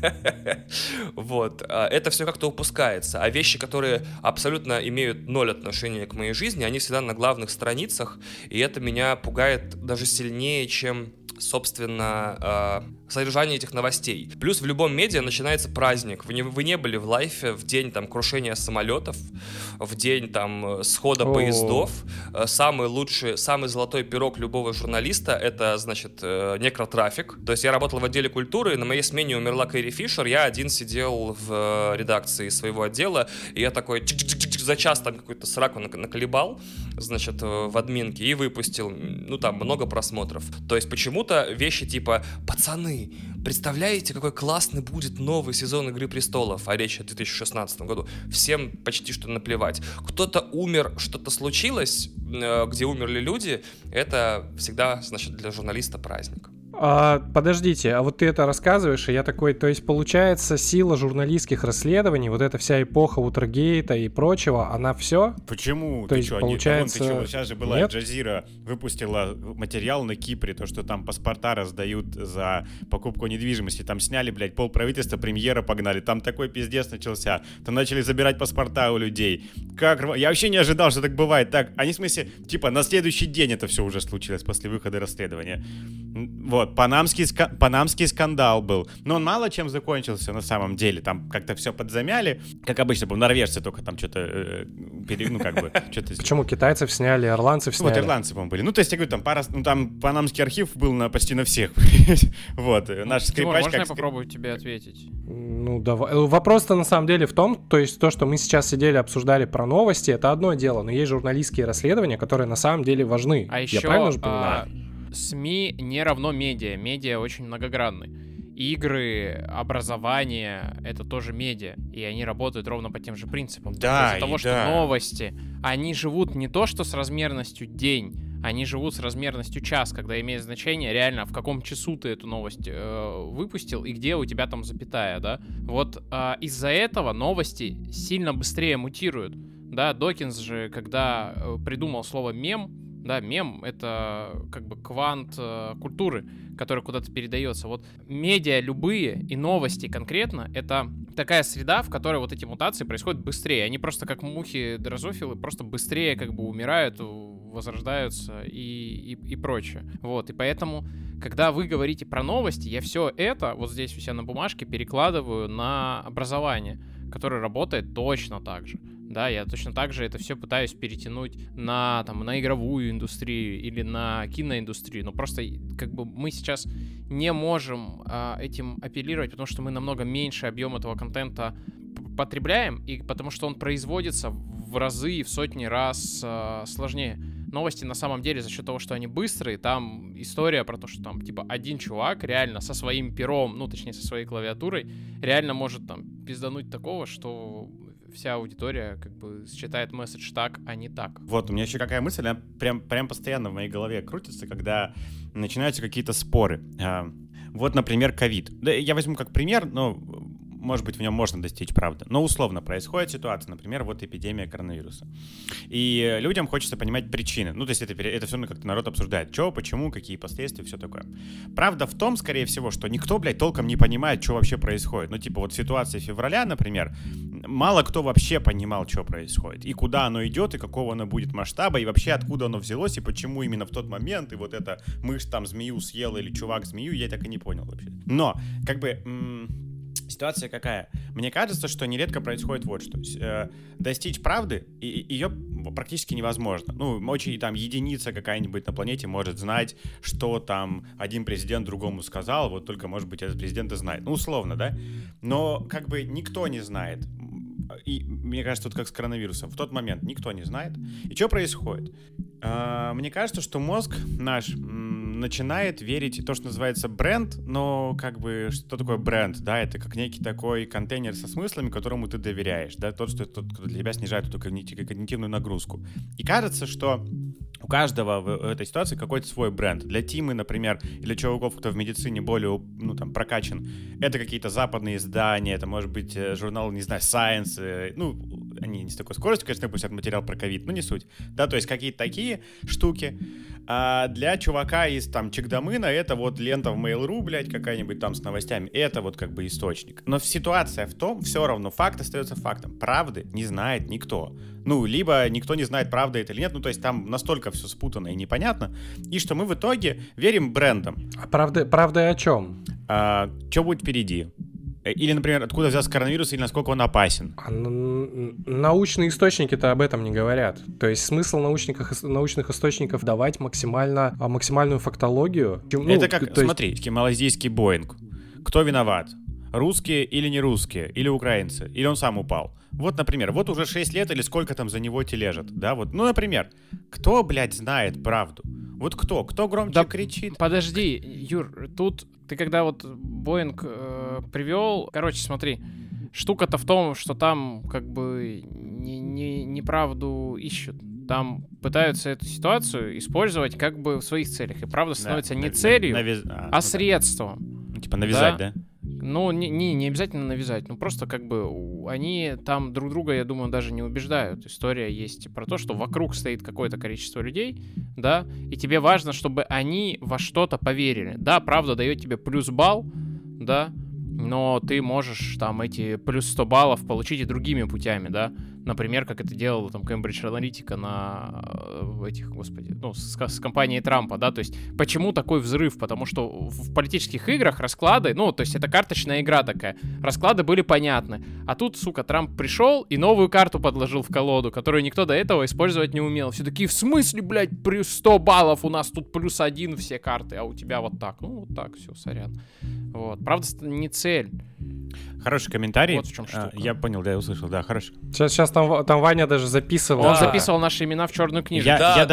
Вот. Это все как-то упускается. А вещи, которые абсолютно имеют 0 отношения к моей жизни, они всегда на главных страницах, и это меня пугает даже сильнее, чем, собственно, содержание этих новостей. Плюс в любом медиа начинается праздник. Вы не были в лайфе в день там крушения самолетов, в день там схода поездов. Самый лучший, самый золотой пирог любого журналиста — это, значит, некротрафик. То есть я работал в отделе культуры, на моей смене умерла Кэрри Фишер, я один сидел в редакции своего отдела, и я такой за час там какую-то сраку наколебал, значит, в админке и выпустил, ну, там много просмотров. То есть почему-то вещи типа «Пацаны, представляете, какой классный будет новый сезон «Игры престолов», а речь о 2016 году, всем почти что наплевать. Кто-то умер, что-то случилось, где умерли люди, это всегда, значит, для журналиста праздник. Подождите, а вот ты это рассказываешь, и я такой, то есть получается сила журналистских расследований, вот эта вся эпоха Уотергейта и прочего, она все? Почему? То ты есть, что, получается... Сейчас же была Нет? Джазира выпустила материал на Кипре, то, что там паспорта раздают за покупку недвижимости. Там сняли, блядь, полправительства, премьера погнали. Там такой пиздец начался. Там начали забирать паспорта у людей. Я вообще не ожидал, что так бывает. Так, они в смысле, типа, на следующий день это все уже случилось после выхода расследования. Вот, панамский скандал был. Но он мало чем закончился на самом деле. Там как-то все подзамяли. Как обычно, норвежцы только там что-то... Почему китайцев сняли, ирландцев сняли? Вот, ирландцы, по-моему, были. Ну, то есть, я говорю, там панамский архив был почти на всех. Вот, наш скрипач... Можно я попробую тебе ответить? Ну, давай. Вопрос-то на самом деле в том, то есть то, что мы сейчас сидели, обсуждали про новости, это одно дело, но есть журналистские расследования, которые на самом деле важны. А еще... Я правильно же понимаю? СМИ не равно медиа. Медиа очень многогранны. Игры, образование — это тоже медиа. И они работают ровно по тем же принципам. Да, из-за того, что новости, они живут не то, что с размерностью день, они живут с размерностью час, когда имеет значение реально, в каком часу ты эту новость выпустил и где у тебя там запятая, да. Вот из-за этого новости сильно быстрее мутируют. Да, Докинс же, когда придумал слово «мем», да, мем — это как бы квант культуры, который куда-то передается. Вот медиа любые и новости конкретно — это такая среда, в которой вот эти мутации происходят быстрее. Они просто как мухи-дрозофилы просто быстрее как бы умирают, возрождаются и прочее. Вот, и поэтому, когда вы говорите про новости, я все это вот здесь у себя на бумажке перекладываю на образование, которое работает точно так же. Да, я точно так же это все пытаюсь перетянуть на игровую индустрию или на киноиндустрию. Но просто как бы мы сейчас не можем этим апеллировать, потому что мы намного меньше объем этого контента потребляем, и потому что он производится в разы и в сотни раз сложнее. Новости на самом деле за счет того, что они быстрые, там история про то, что там типа один чувак реально со своим пером, ну точнее со своей клавиатурой, реально может там пиздануть такого, что вся аудитория как бы считает месседж так, а не так. Вот, у меня еще какая мысль, она прям постоянно в моей голове крутится, когда начинаются какие-то споры. Вот, например, ковид. Да, я возьму как пример, но, может быть, в нем можно достичь правды. Но условно происходит ситуация, например, вот эпидемия коронавируса. И людям хочется понимать причины. Ну, то есть это все равно как-то народ обсуждает. Что, почему, какие последствия, все такое. Правда в том, скорее всего, что никто, блядь, толком не понимает, что вообще происходит. Ну, типа вот ситуация февраля, например, мало кто вообще понимал, что происходит. И куда оно идет, и какого оно будет масштаба, и вообще откуда оно взялось, и почему именно в тот момент, и вот это мышь там змею съела, или чувак змею, я так и не понял вообще. Но, как бы... Ситуация какая? Мне кажется, что нередко происходит вот что. Достичь правды, ее практически невозможно. Ну, очень там единица какая-нибудь на планете может знать, что там один президент другому сказал, вот только, может быть, этот президент и знает. Ну, условно, да? Но как бы никто не знает. И мне кажется, вот как с коронавирусом. В тот момент никто не знает. И что происходит? Мне кажется, что мозг наш начинает верить в то, что называется бренд, но как бы что такое бренд, да, это как некий такой контейнер со смыслами, которому ты доверяешь, да, тот, что для тебя снижает эту когнитивную нагрузку. И кажется, что у каждого в этой ситуации какой-то свой бренд. Для Тимы, например, или для чуваков, кто в медицине более, ну, там, прокачан, это какие-то западные издания, это может быть журнал, не знаю, Science, ну, они не с такой скоростью, конечно, выпустят материал про ковид, но не суть. Да, то есть какие-то такие штуки. А для чувака из там Чикдамына это вот лента в Mail.ru, блядь, какая-нибудь там с новостями. Это вот как бы источник. Но ситуация в том, все равно, факт остается фактом. Правды не знает никто. Ну, либо никто не знает, правда это или нет. Ну, то есть там настолько все спутано и непонятно. И что мы в итоге верим брендам. А правда о чем? Что будет впереди? Или, например, откуда взялся коронавирус, или насколько он опасен? Научные источники-то об этом не говорят. То есть смысл научных источников давать максимальную фактологию. Это как, смотри, малазийский Боинг. Кто виноват? Русские или не русские? Или украинцы? Или он сам упал? Вот, например, вот уже 6 лет или сколько там за него тележат, да, вот. Ну, например, кто, блядь, знает правду? Вот кто? Кто громче кричит? Подожди, Юр, тут ты когда вот Боинг привел, короче, смотри, штука-то в том, что там как бы неправду ищут. Там пытаются эту ситуацию использовать как бы в своих целях. И правда становится не целью, а средством. Ну, типа навязать, да? Ну, не обязательно навязать. Ну, просто как бы они там друг друга, я думаю, даже не убеждают. История есть про то, что вокруг стоит какое-то количество людей, да, и тебе важно, чтобы они во что-то поверили. Да, правда дает тебе плюс балл, да, но ты можешь там эти плюс 100 баллов получить и другими путями, да. Например, как это делала там Cambridge Analytica на этих, господи, ну, с компанией Трампа, да, то есть почему такой взрыв? Потому что в политических играх расклады, ну, то есть это карточная игра такая, расклады были понятны, а тут, сука, Трамп пришел и новую карту подложил в колоду, которую никто до этого использовать не умел. Все такие, в смысле, блядь, плюс 100 баллов, у нас тут плюс 1 все карты, а у тебя вот так. Ну, вот так, все, сорян. Вот, правда, не цель. Хороший комментарий. Вот в чем штука. Я понял, да, я услышал, да, хороший. Сейчас там Ваня даже записывал. Он записывал наши имена в черную книжку.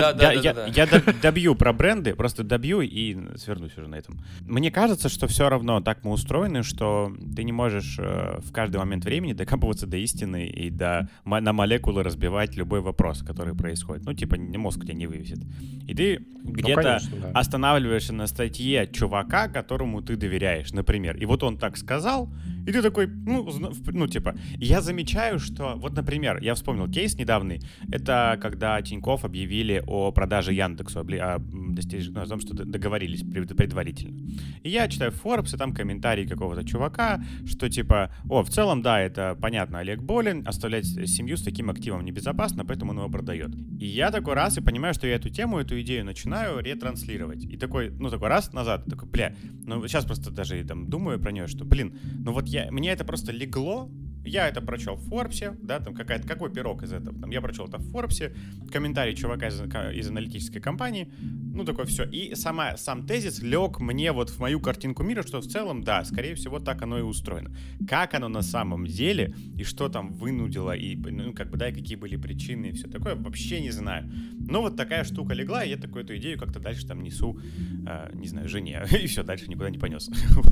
Я добью про бренды, просто добью и свернусь уже на этом. Мне кажется, что все равно так мы устроены, что ты не можешь в каждый момент времени докапываться до истины и на молекулы разбивать любой вопрос, который происходит. Ну, типа, мозг тебя не вывесит. И ты где-то останавливаешься на статье чувака, которому ты доверяешь, например. И вот он так сказал, и ты такой, ну, типа, я замечаю, что, вот, например, я вспомнил кейс недавний, это когда Тинькофф объявили о продаже Яндексу, о том, что договорились предварительно. И я читаю Forbes, и там комментарий какого-то чувака, что, типа, в целом, да, это понятно, Олег болен, оставлять семью с таким активом небезопасно, поэтому он его продает. И я такой раз и понимаю, что я эту идею начинаю ретранслировать. И такой раз назад, такой, сейчас просто даже там думаю про нее, что, ну вот мне это просто легло, я это прочел в Форбсе, да, там какой пирог из этого, там я прочел это в Форбсе, комментарий чувака из аналитической компании, ну такое все, и сам тезис лег мне вот в мою картинку мира, что в целом, да, скорее всего, так оно и устроено. Как оно на самом деле, и что там вынудило, и, ну, как бы, да, и какие были причины, и все такое, вообще не знаю. Но вот такая штука легла, и я такую эту идею как-то дальше там несу, не знаю, жене, и все, дальше никуда не понес.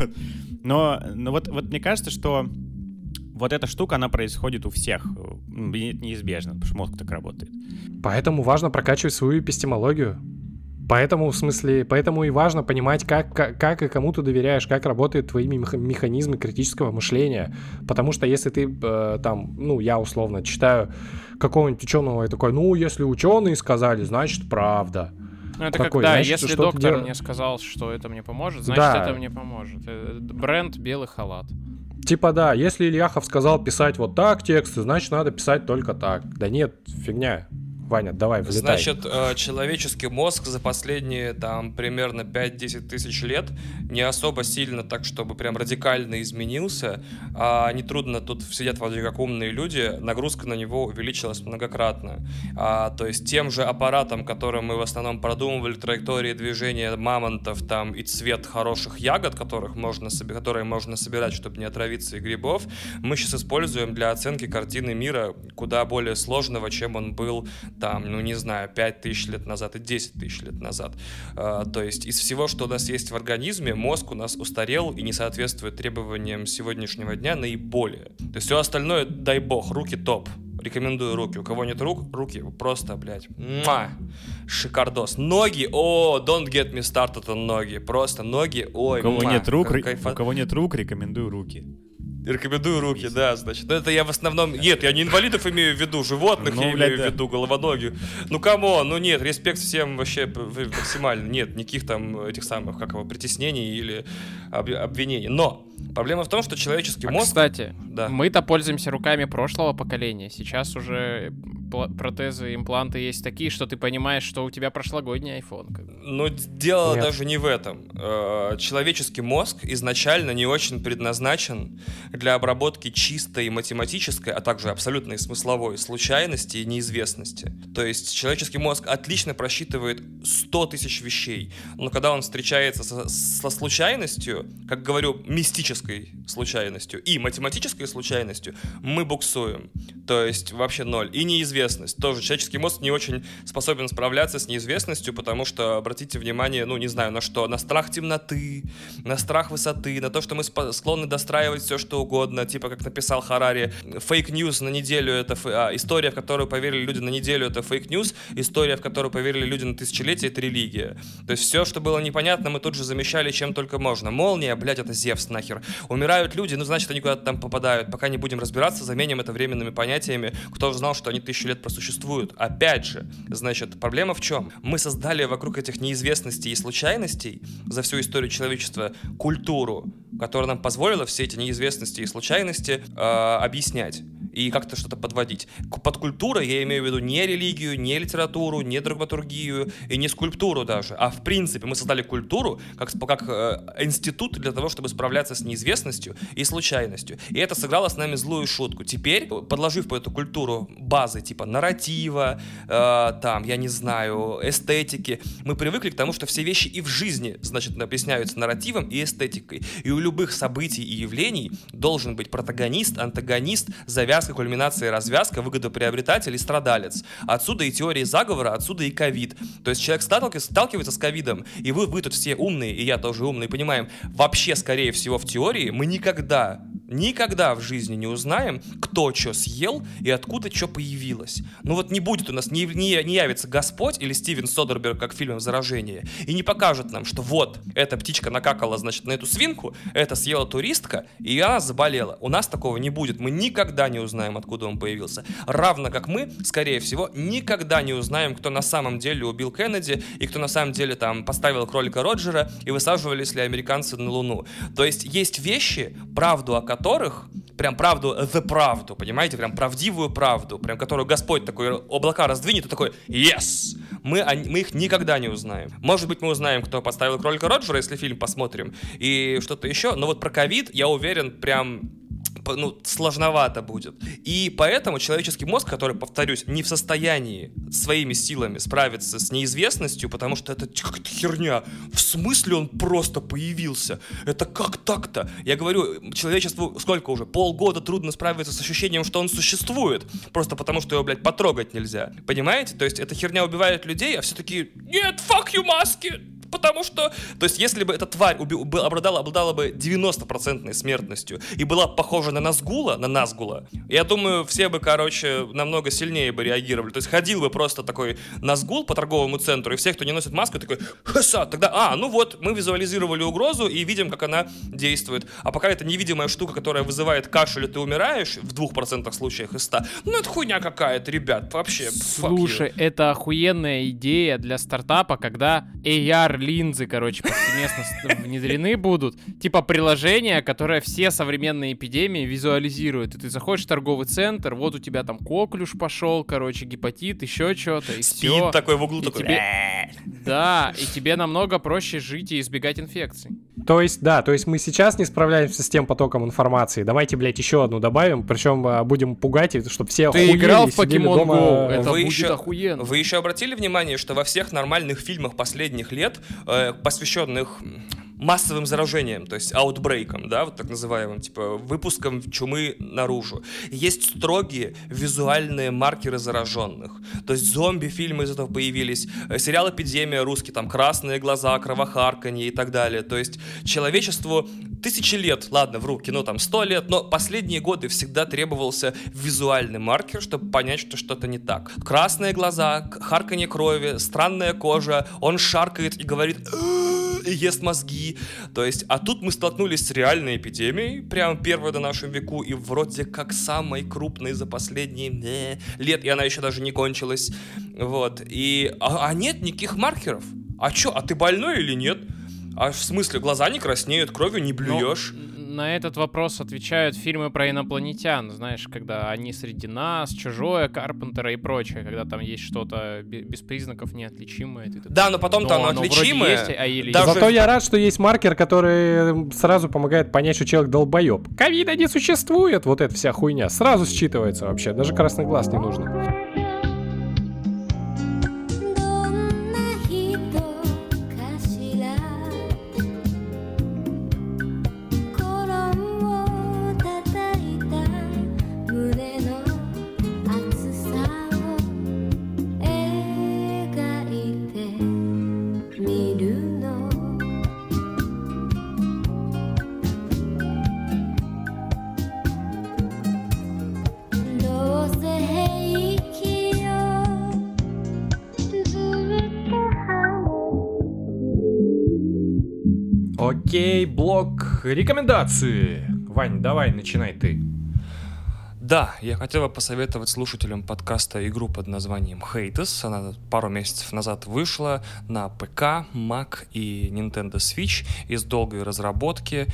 Но вот мне кажется, что вот эта штука, она происходит у всех. Неизбежно, потому что мозг так работает. Поэтому важно прокачивать свою эпистемологию. Поэтому и важно понимать, как и кому ты доверяешь, как работают твои механизмы критического мышления. Потому что если ты я условно читаю какого-нибудь ученого и такой, если ученые сказали, значит правда. Ну, это такой, когда, если доктор мне сказал, что это мне поможет, значит, это мне поможет. Бренд «Белый халат». Типа, да, если Ильяхов сказал писать вот так тексты, значит, надо писать только так. Да нет, фигня. Ваня, давай, влетай. Значит, человеческий мозг за последние, там, примерно 5-10 тысяч лет не особо сильно так, чтобы прям радикально изменился, а нетрудно, тут сидят вроде как умные люди, нагрузка на него увеличилась многократно. То есть тем же аппаратом, которым мы в основном продумывали траектории движения мамонтов там и цвет хороших ягод, которые можно собирать, чтобы не отравиться, и грибов, мы сейчас используем для оценки картины мира куда более сложного, чем он был там, 5 тысяч лет назад и 10 тысяч лет назад. То есть из всего, что у нас есть в организме, мозг у нас устарел и не соответствует требованиям сегодняшнего дня наиболее. То есть все остальное, дай бог, руки топ. Рекомендую руки. У кого нет рук, руки просто, блядь, шикардос. Ноги, don't get me started on ноги. Просто ноги, ой, у кого нет рук, рекомендую руки. Рекомендую руки, да, значит. Это я в основном... Нет, я не инвалидов имею в виду, животных я имею в виду, головоногих. Ну, камон, ну нет, респект всем вообще максимально. Нет, никаких там этих самых, как его, притеснений или обвинений. Но проблема в том, что человеческий мозг... Кстати, да. мы-то пользуемся руками прошлого поколения. Сейчас уже протезы, импланты есть такие, что ты понимаешь, что у тебя прошлогодний iPhone. Но дело даже не в этом. Человеческий мозг изначально не очень предназначен для обработки чистой математической, а также абсолютной смысловой случайности и неизвестности. То есть человеческий мозг отлично просчитывает 100 тысяч вещей, но когда он встречается со случайностью, как говорю, мистической случайностью и математической случайностью, мы буксуем. То есть вообще ноль. И неизвестность. Тоже человеческий мозг не очень способен справляться с неизвестностью, потому что, обратите внимание, ну не знаю на что, на страх темноты, на страх высоты, на то, что мы склонны достраивать все, что угодно, типа, как написал Харари, фейк-ньюс на неделю — это история, в которую поверили люди на неделю — это фейк-ньюс, история, в которую поверили люди на тысячелетие — это религия. То есть все, что было непонятно, мы тут же замещали чем только можно. Молния, блядь, это Зевс нахер. Умирают люди, ну значит они куда-то там попадают. Пока не будем разбираться, заменим это временными понятиями. Кто же знал, что они 1000 лет просуществуют? Опять же, значит, проблема в чем? Мы создали вокруг этих неизвестностей и случайностей за всю историю человечества культуру, которая нам позволила все эти неизвестности и случайности объяснять и как-то что-то подводить. Под культурой я имею в виду не религию, не литературу, не драматургию и не скульптуру даже, а в принципе мы создали культуру как институт для того, чтобы справляться с неизвестностью и случайностью. И это сыграло с нами злую шутку. Теперь, подложив под эту культуру базы типа нарратива, там, я не знаю, эстетики, мы привыкли к тому, что все вещи и в жизни, значит, объясняются нарративом и эстетикой. И у любых событий и явлений должен быть протагонист, антагонист, завязка, кульминация, развязка, выгодоприобретатель и страдалец. Отсюда и теории заговора, отсюда и ковид. То есть человек сталкивается с ковидом, и вы тут все умные, и я тоже умный, понимаем, вообще, скорее всего, в теории мы никогда в жизни не узнаем, кто что съел и откуда что появилось. Ну вот не будет у нас, не явится Господь или Стивен Содерберг, как в фильме «Заражение», и не покажет нам, что вот, эта птичка накакала, значит, на эту свинку, это съела туристка, и она заболела. У нас такого не будет. Мы никогда не узнаем, откуда он появился. Равно как мы, скорее всего, никогда не узнаем, кто на самом деле убил Кеннеди и кто на самом деле там поставил кролика Роджера и высаживались ли американцы на Луну. То есть вещи, правду о которых, прям правду, понимаете, прям правдивую правду, прям которую Господь такой облака раздвинет и такой «Yes!» Мы их никогда не узнаем. Может быть, мы узнаем, кто поставил кролика Роджера, если фильм посмотрим, и что-то еще, но вот про ковид, я уверен, прям сложновато будет. И поэтому человеческий мозг, который, повторюсь, не в состоянии своими силами справиться с неизвестностью, потому что это какая-то херня. В смысле он просто появился? Это как так-то? Я говорю, человечеству сколько уже? Полгода трудно справиться с ощущением, что он существует. Просто потому, что его, блядь, потрогать нельзя. Понимаете? То есть эта херня убивает людей, а все такие «Нет, fuck you, маски!» Потому что, то есть, если бы эта тварь обладала бы 90% смертностью и была похожа на Назгула, я думаю, все бы, намного сильнее бы реагировали. То есть, ходил бы просто такой Назгул по торговому центру, и все, кто не носит маску, такой, тогда, ну вот, мы визуализировали угрозу и видим, как она действует. А пока это невидимая штука, которая вызывает кашель, и ты умираешь в 2% случаях из 100, ну это хуйня какая-то, ребят, вообще. Слушай, это охуенная идея для стартапа, когда AR-линзы, повсеместно внедрены будут. Типа приложение, которое все современные эпидемии визуализирует. И ты заходишь в торговый центр, вот у тебя там коклюш пошел, гепатит, еще что-то, и спид все. такой в углу, такой. Да, и тебе намного проще жить и избегать инфекций. То есть мы сейчас не справляемся с тем потоком информации. Давайте, блядь, еще одну добавим, причем будем пугать, чтобы все охуели. Ты играл в Pokemon дома... Go, это вы будет еще, охуенно. Вы еще обратили внимание, что во всех нормальных фильмах последних лет, посвященных массовым заражением, то есть аутбрейком, да, вот так называемым, типа выпуском чумы наружу, есть строгие визуальные маркеры зараженных. То есть зомби-фильмы из этого появились, сериал «Эпидемия» русский, там красные глаза, кровохарканье и так далее. То есть человечеству 1000 лет, ладно, вру, кино там 100 лет, но последние годы всегда требовался визуальный маркер, чтобы понять, что что-то не так. Красные глаза, харканье крови, странная кожа, он шаркает и говорит ест мозги. То есть, а тут мы столкнулись с реальной эпидемией, прям первой на нашем веку, и вроде как самой крупной за последние лет, и она еще даже не кончилась. Вот. А нет никаких маркеров. А чё, а ты больной или нет? А в смысле, глаза не краснеют, кровью не блюешь? На этот вопрос отвечают фильмы про инопланетян, знаешь, когда они среди нас, Чужое, Карпентера и прочее, когда там есть что-то без признаков неотличимое. Да, но потом-то оно отличимое. Зато я рад, что есть маркер, который сразу помогает понять, что человек долбоеб. Ковида не существует, вот эта вся хуйня. Сразу считывается вообще, даже красный глаз не нужно. Окей, блок рекомендации. Вань, давай, начинай ты. Да, я хотел бы посоветовать слушателям подкаста игру под названием Haters. Она пару месяцев назад вышла на ПК, Mac и Nintendo Switch из долгой разработки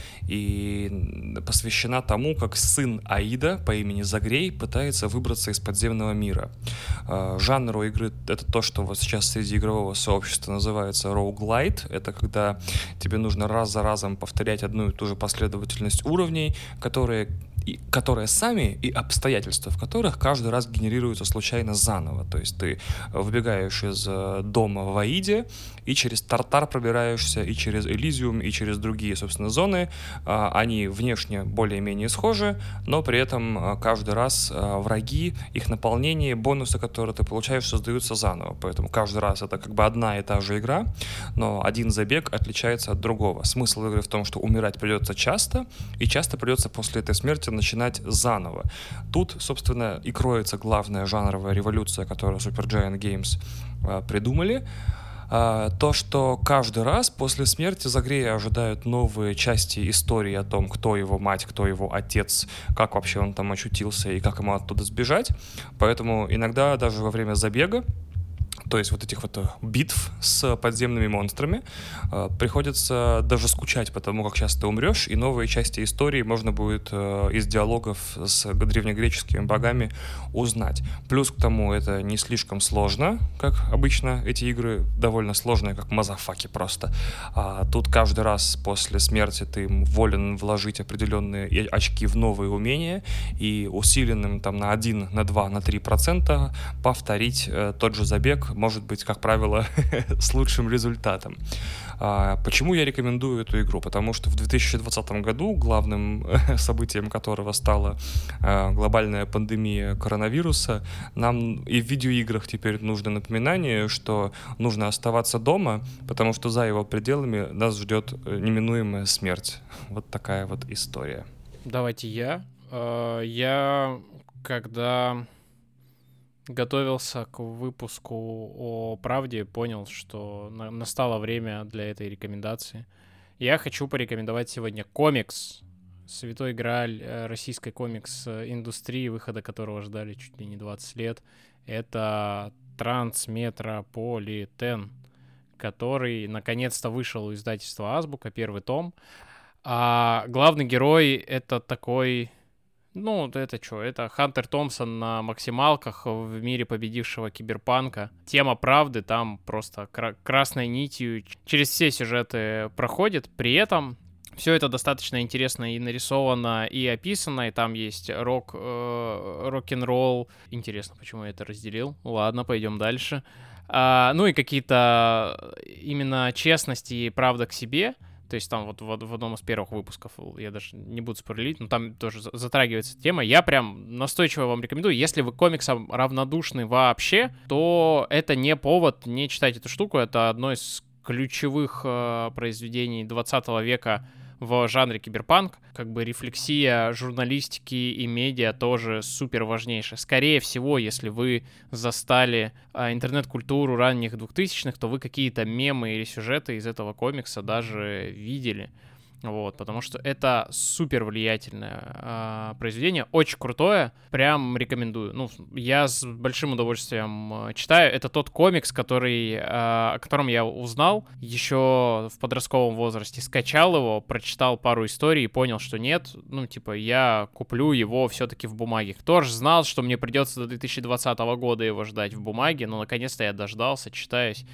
и посвящена тому, как сын Аида по имени Загрей пытается выбраться из подземного мира. Жанр у игры — это то, что вот сейчас среди игрового сообщества называется roguelite. Это когда тебе нужно раз за разом повторять одну и ту же последовательность уровней, которые сами и обстоятельства в которых каждый раз генерируются случайно заново. То есть ты выбегаешь из дома в Аиде и через Тартар пробираешься, и через Элизиум, и через другие, собственно, зоны. Они внешне более-менее схожи, но при этом каждый раз враги, их наполнение, бонусы, которые ты получаешь, создаются заново. Поэтому каждый раз это как бы одна и та же игра, но один забег отличается от другого. Смысл игры в том, что умирать придется часто, и часто придется после этой смерти начинать заново. Тут, собственно, и кроется главная жанровая революция, которую Supergiant Games придумали. То, что каждый раз после смерти Загрея ожидают новые части истории о том, кто его мать, кто его отец, как вообще он там очутился и как ему оттуда сбежать. Поэтому иногда даже во время забега, то есть вот этих вот битв с подземными монстрами, приходится даже скучать по тому, как часто ты умрешь, и новые части истории можно будет из диалогов с древнегреческими богами узнать. Плюс к тому это не слишком сложно, как обычно эти игры довольно сложные, как мазафаки просто. Тут каждый раз после смерти ты волен вложить определенные очки в новые умения и усиленным там на 1, на 2, на 3% повторить тот же забег, может быть, как правило, с лучшим результатом. Почему я рекомендую эту игру? Потому что в 2020 году главным событием которого стала глобальная пандемия коронавируса, нам и в видеоиграх теперь нужно напоминание, что нужно оставаться дома, потому что за его пределами нас ждет неминуемая смерть. Вот такая вот история. Давайте я. Я, когда готовился к выпуску о правде, понял, что настало время для этой рекомендации. Я хочу порекомендовать сегодня комикс, святой грааль российской комикс-индустрии, выхода которого ждали чуть ли не 20 лет. Это Трансметрополитен, который наконец-то вышел у издательства Азбука, первый том. А главный герой — это такой... Ну, это что? Это Хантер Томпсон на максималках в мире победившего киберпанка. Тема правды там просто красной нитью через все сюжеты проходит. При этом все это достаточно интересно и нарисовано, и описано. И там есть рок-н-ролл. Интересно, почему я это разделил. Ладно, пойдем дальше. Ну и какие-то именно честность и правда к себе. То есть там вот в одном из первых выпусков, я даже не буду спойлерить, но там тоже затрагивается тема. Я прям настойчиво вам рекомендую. Если вы к комиксам равнодушны вообще, то это не повод не читать эту штуку. Это одно из ключевых произведений 20 века в жанре киберпанк, как бы рефлексия журналистики и медиа тоже супер важнейшая. Скорее всего, если вы застали интернет-культуру ранних 2000-х, то вы какие-то мемы или сюжеты из этого комикса даже видели. Вот, потому что это супер влиятельное произведение, очень крутое, прям рекомендую. Ну, я с большим удовольствием читаю. Это тот комикс, о котором я узнал еще в подростковом возрасте. Скачал его, прочитал пару историй и понял, что нет, ну, типа, я куплю его все-таки в бумаге. Тоже знал, что мне придется до 2020 года его ждать в бумаге, но наконец-то я дождался, читаюсь,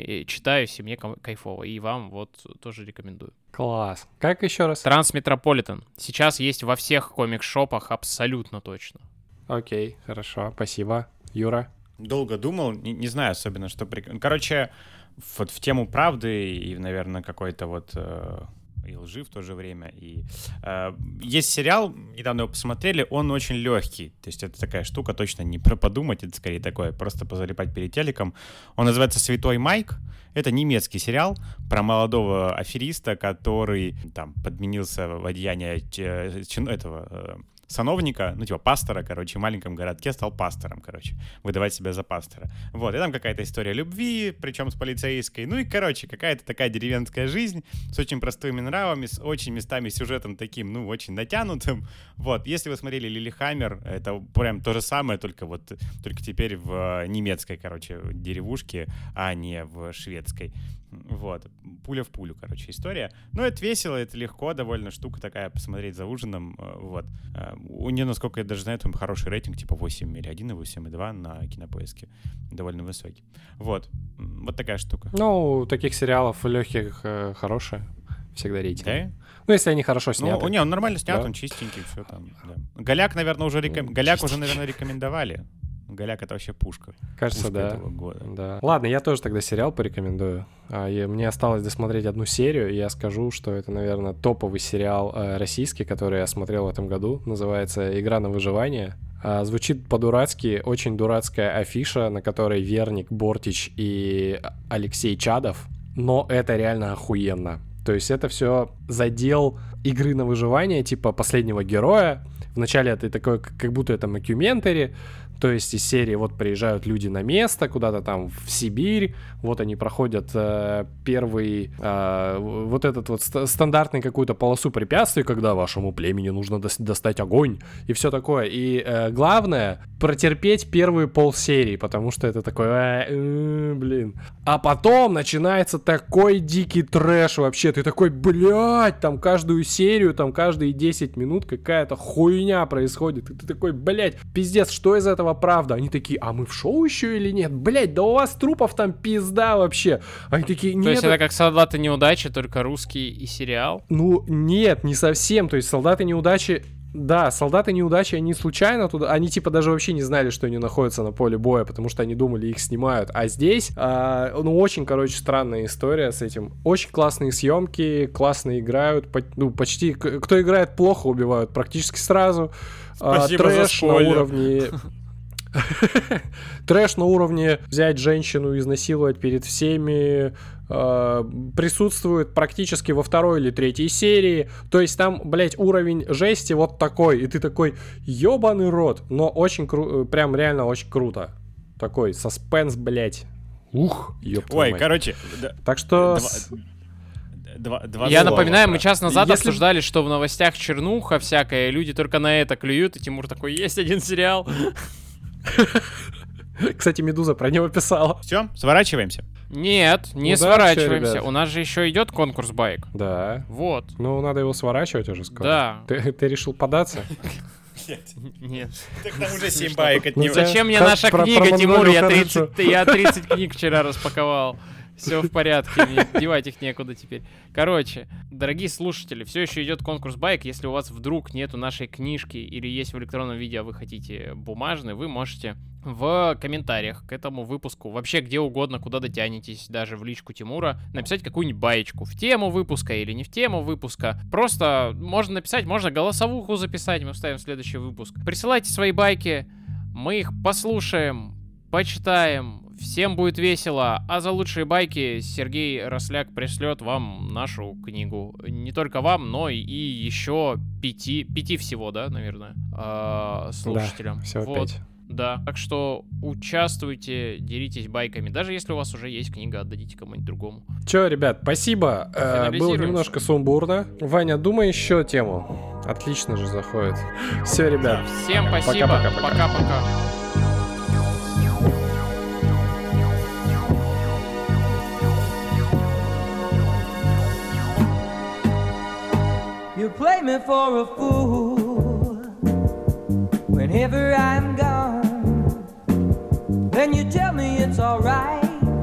и мне кайфово. И вам вот тоже рекомендую. Класс. Как еще раз? Трансметрополитен. Сейчас есть во всех комикс-шопах абсолютно точно. Окей, хорошо, спасибо. Юра? Долго думал, не знаю особенно, что... Короче, вот в тему правды и, наверное, какой-то вот... и лжи в то же время. И есть сериал, недавно его посмотрели, он очень легкий. То есть это такая штука, точно не про подумать, это скорее такое, просто позалипать перед телеком. Он называется «Святой Майк». Это немецкий сериал про молодого афериста, который там подменился в одеяние этого сановника, ну, типа пастора, короче, в маленьком городке стал пастором, короче, выдавать себя за пастора. Вот, и там какая-то история любви, причем с полицейской, ну и, короче, какая-то такая деревенская жизнь с очень простыми нравами, с очень местами сюжетом таким, ну, очень натянутым. Вот, если вы смотрели «Лилихаммер», это прям то же самое, только теперь в немецкой, короче, деревушке, а не в шведской. Вот, пуля в пулю, короче, история. Но это весело, это легко, довольно штука такая, посмотреть за ужином, вот. У нее, насколько я даже знаю, там хороший рейтинг, типа 8 или 1, 8,2 на Кинопоиске, довольно высокий. Вот, вот такая штука. Ну, у таких сериалов легких хорошие, всегда рейтинг. Да? Ну, если они хорошо сняты. Ну, он нормально снят, Да. он чистенький, все там, да. Голяк, наверное, уже рекомендовали. Голяк — это вообще пушка. Кажется, Пушка да. этого года. Да. Ладно, я тоже тогда сериал порекомендую. Мне осталось досмотреть одну серию, и я скажу, что это, наверное, топовый сериал российский, который я смотрел в этом году. Называется «Игра на выживание». Звучит по-дурацки, очень дурацкая афиша, на которой Верник, Бортич и Алексей Чадов. Но это реально охуенно. То есть это все задел игры на выживание, типа последнего героя. Вначале это такое, как будто это мокюментари. То есть из серии вот приезжают люди на место, куда-то там в Сибирь, вот они проходят первый, вот этот вот стандартный какую-то полосу препятствий, когда вашему племени нужно достать огонь и все такое. И главное, протерпеть первые полсерии, потому что это такой, блин. А потом начинается такой дикий трэш вообще, ты такой, блядь, там каждую серию, там каждые 10 минут какая-то хуйня происходит, и ты такой, блядь, пиздец, что из этого правда? Они такие, а мы в шоу еще или нет? Блять, да у вас трупов там пизда вообще. Они такие, нет. То есть это как «Солдаты неудачи», только русский и сериал? Ну, нет, не совсем. То есть «Солдаты неудачи», да, «Солдаты неудачи», они случайно туда, они типа даже вообще не знали, что они находятся на поле боя, потому что они думали, их снимают. А здесь, ну, очень, короче, странная история с этим. Очень классные съемки, классно играют, ну, почти, кто играет плохо, убивают практически сразу. Спасибо за трэш на спойлер. уровне... Трэш на уровне взять женщину, изнасиловать перед всеми, присутствует практически во второй или третьей серии. То есть там, блять, уровень жести вот такой. И ты такой, ёбаный рот. Но очень прям реально очень круто. Такой саспенс, блять. Ух, ёб твою Ой, мать. короче, Так что... два Я слова напоминаю, про- мы час назад Если- обсуждали, что в новостях чернуха всякая, и люди только на это клюют, и Тимур такой, есть один сериал. Кстати, Медуза про него писала. Все, сворачиваемся. Нет, не Ну да, сворачиваемся. всё, ребят. У нас же еще идет конкурс байк. Да. Вот. Ну, надо его сворачивать уже скоро. Да. Ты решил податься? Нет. Так там уже 7 баек от Ну, него. да. Зачем мне Как наша про книга, Мануэля Тимур? Я хорошо. 30 книг вчера распаковал. Все в порядке, мне девать их некуда теперь. Короче, дорогие слушатели, все еще идет конкурс байк. Если у вас вдруг нету нашей книжки или есть в электронном виде, а вы хотите бумажный, вы можете в комментариях к этому выпуску, вообще где угодно, куда дотянетесь, даже в личку Тимура, написать какую-нибудь баечку в тему выпуска или не в тему выпуска. Просто можно написать, можно голосовуху записать, мы вставим в следующий выпуск. Присылайте свои байки, мы их послушаем, почитаем, Всем будет весело. А за лучшие байки Сергей Росляк пришлет вам нашу книгу. Не только вам, но и еще 5 всего, да, наверное, слушателям. Да, всего вот. 5. Да, так что участвуйте, делитесь байками. Даже если у вас уже есть книга, отдадите кому-нибудь другому. Че, ребят, спасибо. Было Финализируем. немножко сумбурно. Ваня, думай еще тему. Отлично же заходит. Все, ребят. Всем спасибо. Пока-пока-пока. Пока-пока. You play me for a fool whenever I'm gone. Then you tell me it's alright,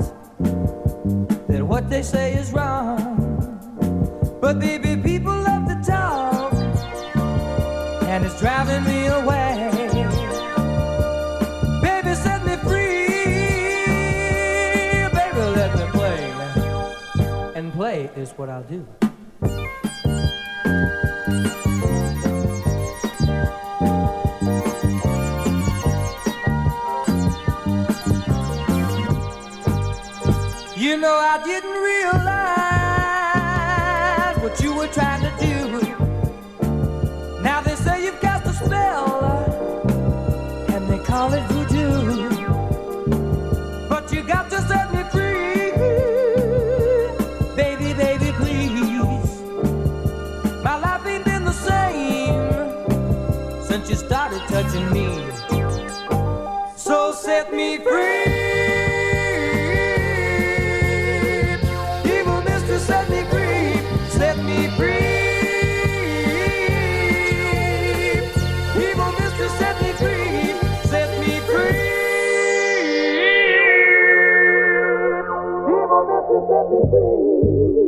that what they say is wrong. But baby, people love to talk, and it's driving me away. Baby, set me free. Baby, let me play, and play is what I'll do. You know I didn't realize what you were trying to do. Now they say you've cast a spell, and they call it voodoo. But you got to set me free, baby, baby, please. My life ain't been the same since you started touching me. So set me free. Set me free, set me free. Evil mistress, set me free, set me free. Evil mistress, set me free.